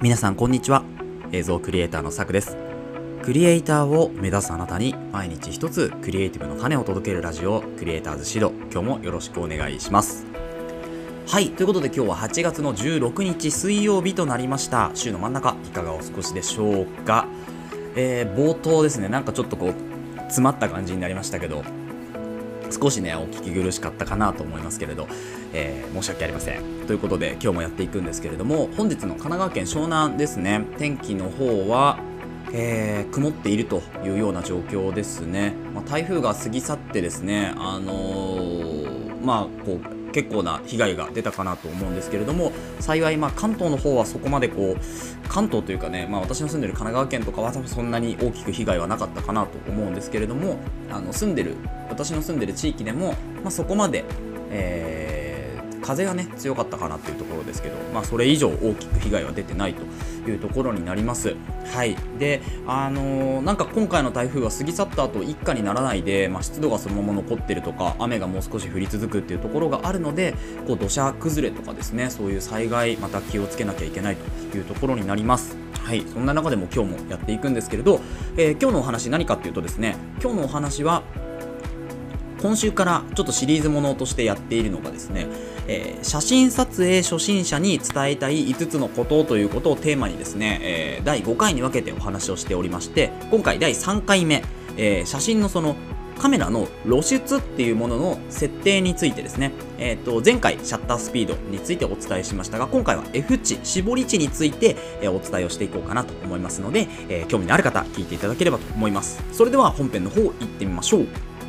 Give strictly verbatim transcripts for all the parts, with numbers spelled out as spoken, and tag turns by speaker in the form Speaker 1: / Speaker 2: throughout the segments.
Speaker 1: 皆さんこんにちは。映像クリエイターのさくです。クリエイターを目指すあなたに毎日一つクリエイティブの種を届けるラジオ、クリエイターズシド。今日もよろしくお願いします。はい、ということで今日ははちがつのじゅうろくにち水曜日となりました。週の真ん中、いかがお過ごしでしょうか。えー、冒頭ですね、なんかちょっとこう詰まった感じになりましたけど、少しねお聞き苦しかったかなと思いますけれど、えー、申し訳ありません。ということで今日もやっていくんですけれども、本日の神奈川県湘南ですね、天気の方は、えー、曇っているというような状況ですね。まあ、台風が過ぎ去ってですね、あのー、まあこう結構な被害が出たかなと思うんですけれども、幸いまあ関東の方はそこまでこう関東というかね、まあ、私の住んでる神奈川県とかは多分そんなに大きく被害はなかったかなと思うんですけれども、あの住んでる私の住んでる地域でも、まあ、そこまで、えー風がね強かったかなというところですけど、まあ、それ以上大きく被害は出てないというところになります。はい。で、あのー、なんか今回の台風は過ぎ去った後一過にならないで、まあ、湿度がそのまま残ってるとか、雨がもう少し降り続くっていうところがあるので、こう土砂崩れとかですね、そういう災害また気をつけなきゃいけないというところになります。はい。そんな中でも今日もやっていくんですけれど、えー、今日のお話何かっていうとですね、今日のお話は今週からちょっとシリーズものとしてやっているのがですね、えー、写真撮影初心者に伝えたいいつつのことということをテーマにですね、えー、だいごかいに分けてお話をしておりまして、今回だいさんかいめ、えー、写真のそのカメラの露出っていうものの設定についてですね、えー、と前回シャッタースピードについてお伝えしましたが、今回は F 値、絞り値について、えー、お伝えをしていこうかなと思いますので、えー、興味のある方聞いていただければと思います。それでは本編の方行ってみましょう。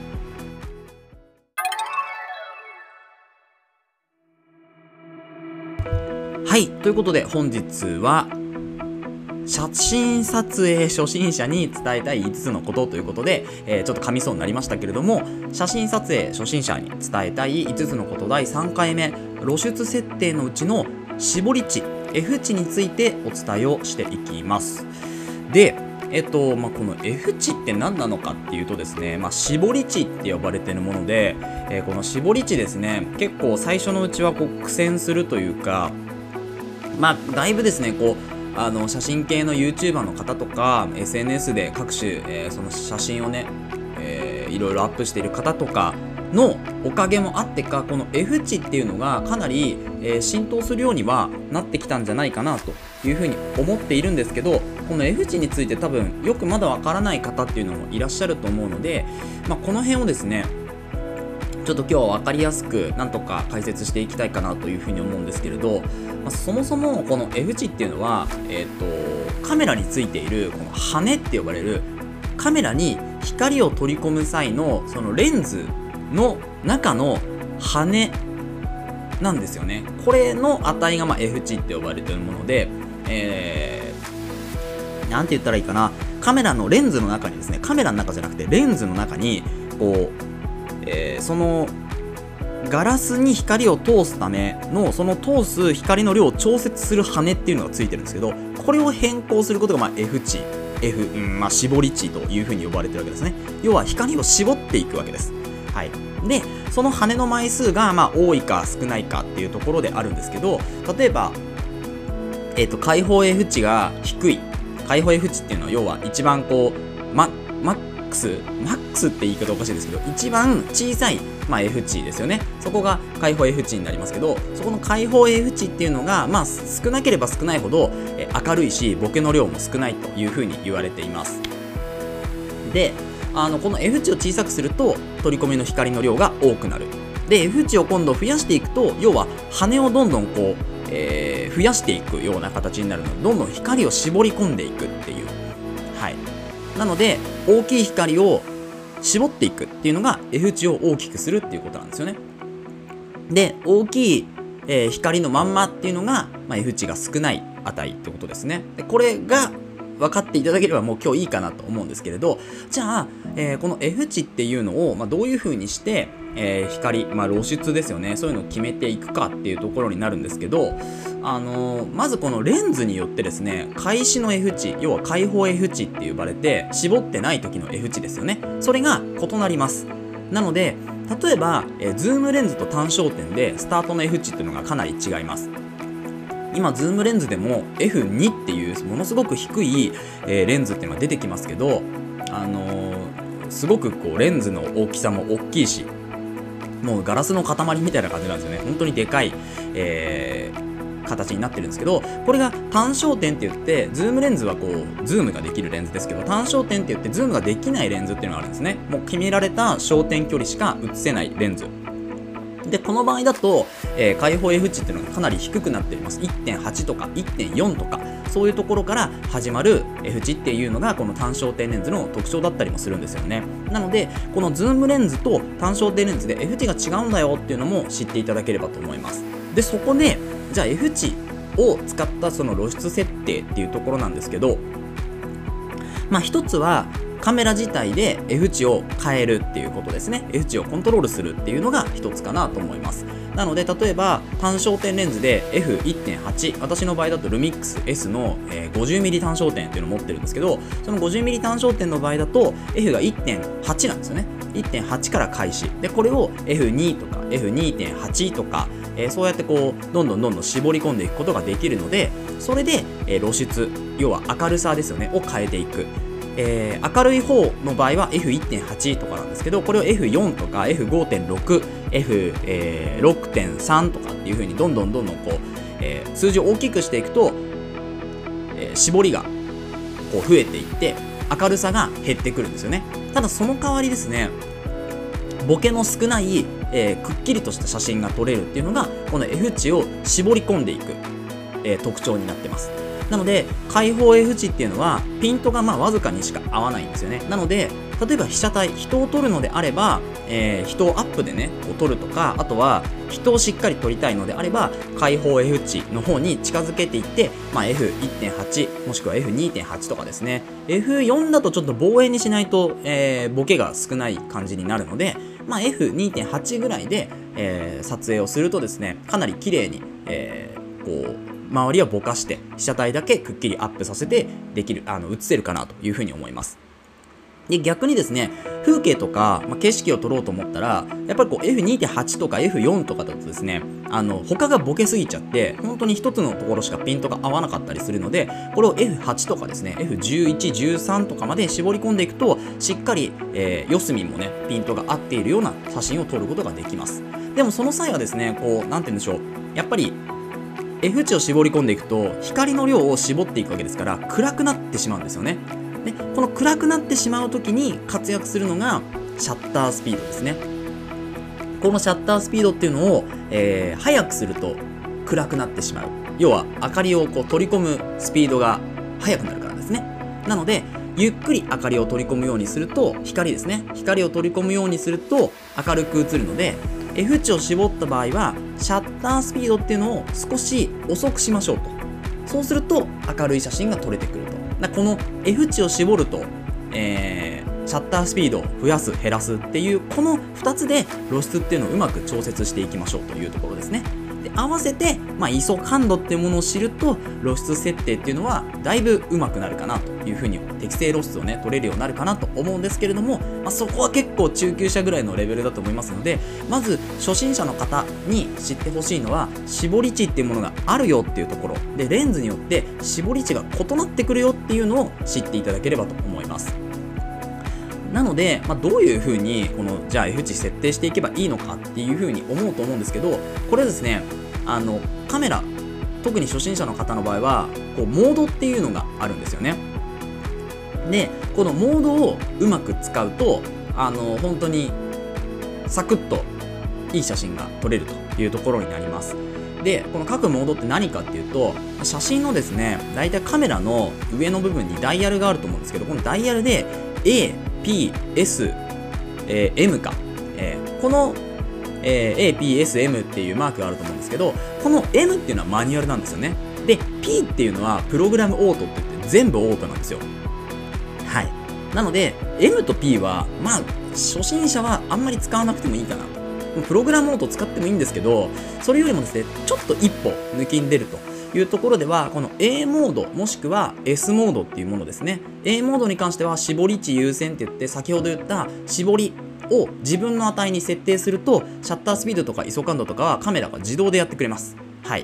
Speaker 1: はい、ということで本日は写真撮影初心者に伝えたいいつつのことということで、えー、ちょっと噛みそうになりましたけれども、写真撮影初心者に伝えたいいつつのことだいさんかいめ、露出設定のうちの絞り値 F 値についてお伝えをしていきます。で、えっとまあ、この F 値って何なのかっていうとですね、まあ、絞り値って呼ばれているもので、えー、この絞り値ですね、結構最初のうちはこう苦戦するというか、まあ、だいぶですねこうあの写真系の YouTuber の方とか エスエヌエス で各種、えー、その写真をね、えー、いろいろアップしている方とかのおかげもあってか、この F 値っていうのがかなり、えー、浸透するようにはなってきたんじゃないかなというふうに思っているんですけど、この F 値について多分よくまだわからない方っていうのもいらっしゃると思うので、まあ、この辺をですねちょっと今日は分かりやすくなんとか解説していきたいかなというふうに思うんですけれど、まあ、そもそもこの F 値っていうのは、えーと、カメラについているこの羽って呼ばれるカメラに光を取り込む際のそのレンズの中の羽なんですよね。これの値がまあ F 値って呼ばれているもので、えー、なんて言ったらいいかな、カメラのレンズの中にですね、カメラの中じゃなくてレンズの中にこうえー、そのガラスに光を通すためのその通す光の量を調節する羽っていうのがついてるんですけど、これを変更することがまあ F 値、F、うんまあ、絞り値というふうに呼ばれてるわけですね。要は光を絞っていくわけです。はい。で、その羽の枚数がまあ多いか少ないかっていうところであるんですけど、例えば、えーと、開放 F 値が低い、開放 F 値っていうのは要は一番こうママックスマックスって言い方おかしいですけど、一番小さい、まあ、F 値ですよね。そこが開放 F 値になりますけど、そこの開放 F 値っていうのが、まあ、少なければ少ないほどえ明るいし、ボケの量も少ないというふうに言われています。で、あのこの F 値を小さくすると取り込みの光の量が多くなる。で F 値を今度増やしていくと、要は羽をどんどんこう、えー、増やしていくような形になるので、どんどん光を絞り込んでいくっていう、はい。なので大きい光を絞っていくっていうのが F 値を大きくするっていうことなんですよね。で、大きい、えー、光のまんまっていうのが、まあ、F 値が少ない値ってことですね。で、これが分かっていただければもう今日いいかなと思うんですけれど、じゃあ、えー、この F 値っていうのを、まあ、どういう風にして、えー、光、まあ、露出ですよね、そういうのを決めていくかっていうところになるんですけど、あのー、まずこのレンズによってですね、開始の F 値、要は開放 F 値って呼ばれて、絞ってない時の F 値ですよね、それが異なります。なので例えば、えー、ズームレンズと単焦点でスタートの F 値っていうのがかなり違います。 今ズームレンズでも エフツー っていうものすごく低い、えー、レンズっていうのが出てきますけど、あのー、すごくこうレンズの大きさも大きいし、もうガラスの塊みたいな感じなんですよね。本当にでかい、えー形になってるんですけど、これが単焦点って言って、ズームレンズはこうズームができるレンズですけど、単焦点って言ってズームができないレンズっていうのがあるんですね。もう決められた焦点距離しか映せないレンズで、この場合だと、えー、開放 F 値っていうのがかなり低くなっています。 いってんはち とか いってんよん とか、そういうところから始まる F 値っていうのがこの単焦点レンズの特徴だったりもするんですよね。なのでこのズームレンズと単焦点レンズで F 値が違うんだよっていうのも知っていただければと思います。で、そこでじゃあ F 値を使ったその露出設定っていうところなんですけど、まあ一つはカメラ自体で F 値を変えるっていうことですね。 F 値をコントロールするっていうのが一つかなと思います。なので例えば単焦点レンズで エフいってんはち、 私の場合だとルミックス S の ごじゅうミリ 単焦点っていうのを持ってるんですけど、その ごじゅうミリ 単焦点の場合だと F が いってんはち なんですよね。いってんはち から開始で、これを エフツー とか エフにてんはち とか、えー、そうやってこうどんどんどんどん絞り込んでいくことができるので、それで、えー、露出、要は明るさですよねを変えていく。えー、明るい方の場合は エフいってんはち とかなんですけど、これを エフよん とか エフごてんろく、エフろくてんさん とかっていう風にどんどんどんどんこう、えー、数字を大きくしていくと、えー、絞りがこう増えていって明るさが減ってくるんですよね。ただその代わりですね、ボケの少ない、えー、くっきりとした写真が撮れるっていうのがこの F 値を絞り込んでいく、えー、特徴になってます。なので開放 F 値っていうのはピントがまあわずかにしか合わないんですよね。なので例えば被写体、人を撮るのであれば、えー、人をアップでねこう撮るとか、あとは人をしっかり撮りたいのであれば開放 F 値の方に近づけていって、まあ、エフいってんはち もしくは エフにてんはち とかですね。 エフよん だとちょっと望遠にしないと、えー、ボケが少ない感じになるので、まあ、エフにてんはち ぐらいで、えー、撮影をするとですね、かなり綺麗に、えー、こう周りはぼかして被写体だけくっきりアップさせてできる、あの映せるかなというふうに思います。で、逆にですね、風景とか、まあ、景色を撮ろうと思ったらやっぱりこう エフにてんはち とか エフよん とかだとですね、あの他がボケすぎちゃって本当に一つのところしかピントが合わなかったりするので、これを エフはち とかですね エフじゅういち、じゅうさん とかまで絞り込んでいくとしっかり、えー、四隅もねピントが合っているような写真を撮ることができます。でもその際はですね、こうなんて言うんでしょう、やっぱりF 値を絞り込んでいくと光の量を絞っていくわけですから暗くなってしまうんですよね。で、この暗くなってしまう時に活躍するのがシャッタースピードですね。このシャッタースピードっていうのを、えー、速くすると暗くなってしまう。要は明かりをこう取り込むスピードが速くなるからですね。なのでゆっくり明かりを取り込むようにすると、光ですね、光を取り込むようにすると明るく映るので、F 値を絞った場合はシャッタースピードっていうのを少し遅くしましょうと。そうすると明るい写真が撮れてくると。だこの F 値を絞ると、えー、シャッタースピードを増やす減らすっていうこのふたつで露出っていうのをうまく調節していきましょうというところですね。で、合わせて、まあ、イソ感度っていうものを知ると露出設定っていうのはだいぶ上手くなるかなというふうに、適正露出をね取れるようになるかなと思うんですけれども、まあ、そこは結構中級者ぐらいのレベルだと思いますので、まず初心者の方に知ってほしいのは絞り値っていうものがあるよっていうところで、レンズによって絞り値が異なってくるよっていうのを知っていただければと思います。なので、まあ、どういう風にこのじゃあ F 値設定していけばいいのかっていう風に思うと思うんですけど、これですね、あのカメラ、特に初心者の方の場合はこうモードっていうのがあるんですよね。で、このモードをうまく使うとあの本当にサクッといい写真が撮れるというところになります。で、この各モードって何かっていうと、写真のですね、だいたいカメラの上の部分にダイヤルがあると思うんですけど、このダイヤルで A、P、S、えー、M か、えー、この、えー、A、P、S、M っていうマークがあると思うんですけど、この M っていうのはマニュアルなんですよね。で、P っていうのはプログラムオートって言って全部オートなんですよ。はい。なので M と P はまあ初心者はあんまり使わなくてもいいかなと。プログラムオート使ってもいいんですけど、それよりもですね、ちょっと一歩抜きに出るというところでは、この A モードもしくは S モードっていうものですね。A モードに関しては絞り値優先って言って、先ほど言った絞りを自分の値に設定するとシャッタースピードとか アイエスオ 感度とかはカメラが自動でやってくれます。はい。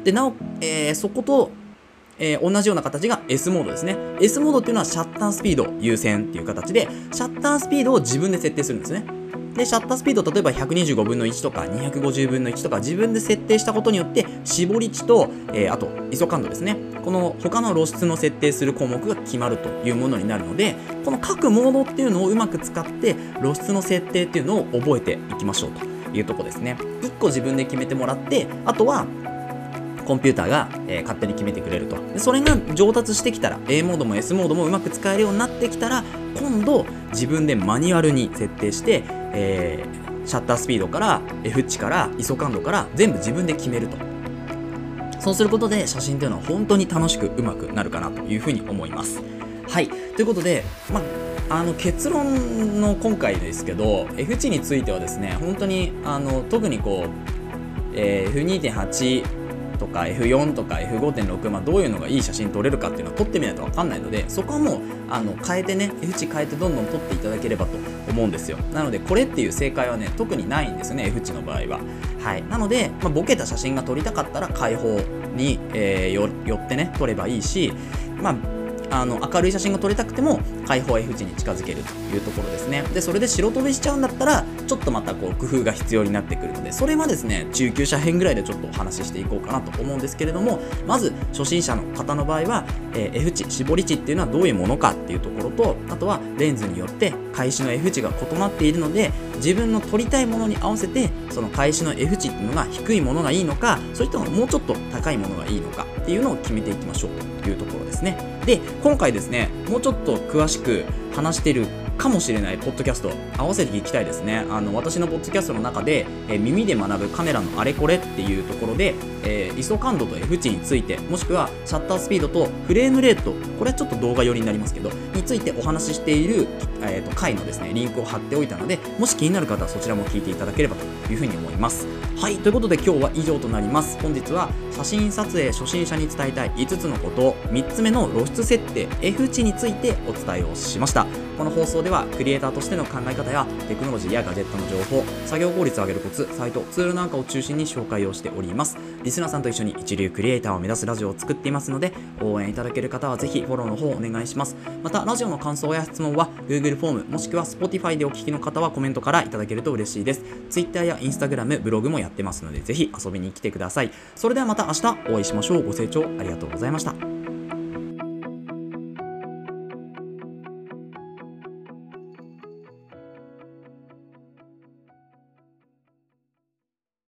Speaker 1: でなお、えー、そこと、えー、同じような形が エス モードですね。 エス モードっていうのはシャッタースピード優先っていう形で、シャッタースピードを自分で設定するんですね。でシャッタースピード例えばひゃくにじゅうごぶんのいちとかにひゃくごじゅうぶんのいちとか自分で設定したことによって、絞り値と、えー、あと アイエスオ 感度ですね、この他の露出の設定する項目が決まるというものになるので、この各モードっていうのをうまく使って露出の設定っていうのを覚えていきましょうというところですね。いっこ自分で決めてもらって、あとはコンピューターが、えー、勝手に決めてくれると。でそれが上達してきたら エー モードも エス モードもうまく使えるようになってきたら、今度自分でマニュアルに設定して、えーシャッタースピードから F 値から アイエスオ 感度から全部自分で決めると。そうすることで写真というのは本当に楽しくうまくなるかなというふうに思います。はい、ということで、まあ、あの結論の今回ですけど F 値についてはですね、本当にあの特にこう、えー、エフにてんはち とか エフよん とか エフごてんろく、まあ、どういうのがいい写真撮れるかっていうのは撮ってみないと分かんないので、そこはもうあの変えてね F 値変えてどんどん撮っていただければと思うんですよ。なのでこれっていう正解はね特にないんですね F 値の場合は。はい、なので、まあ、ボケた写真が撮りたかったら開放に、えー、よ寄ってね撮ればいいし、まああの明るい写真が撮りたくても開放 F 値に近づけるというところですね。でそれで白飛びしちゃうんだったらちょっとまたこう工夫が必要になってくるので、それはですね中級者編ぐらいでちょっとお話ししていこうかなと思うんですけれども、まず初心者の方の場合は、えー、F 値絞り値っていうのはどういうものかっていうところと、あとはレンズによって開始の F 値が異なっているので、自分の撮りたいものに合わせてその開始の F 値っていうのが低いものがいいのか、それとももうちょっと高いものがいいのかっていうのを決めていきましょうというところですね。で今回ですねもうちょっと詳しく話しているかもしれないポッドキャスト合わせて聞きたいですね。あの私のポッドキャストの中で、えー、耳で学ぶカメラのあれこれっていうところで、えー、アイエスオ 感度と F 値について、もしくはシャッタースピードとフレームレート、これはちょっと動画寄りになりますけどについてお話ししている、えー、と回のですねリンクを貼っておいたので、もし気になる方はそちらも聞いていただければというふうに思います。はい、ということで今日は以上となります。本日は写真撮影初心者に伝えたいいつつのこと、みっつめの露出設定 F 値についてお伝えをしました。この放送ではクリエイターとしての考え方やテクノロジーやガジェットの情報、作業効率を上げるコツ、サイト、ツールなんかを中心に紹介をしております。リスナーさんと一緒に一流クリエイターを目指すラジオを作っていますので、応援いただける方はぜひフォローの方お願いします。またラジオの感想や質問は Google フォームもしくは Spotify でお聞きの方はコメントからいただけると嬉しいです。Twitter や Instagram、ブログもやってますのでぜひ遊びに来てください。それではまた明日お会いしましょう。ご清聴ありがとうございました。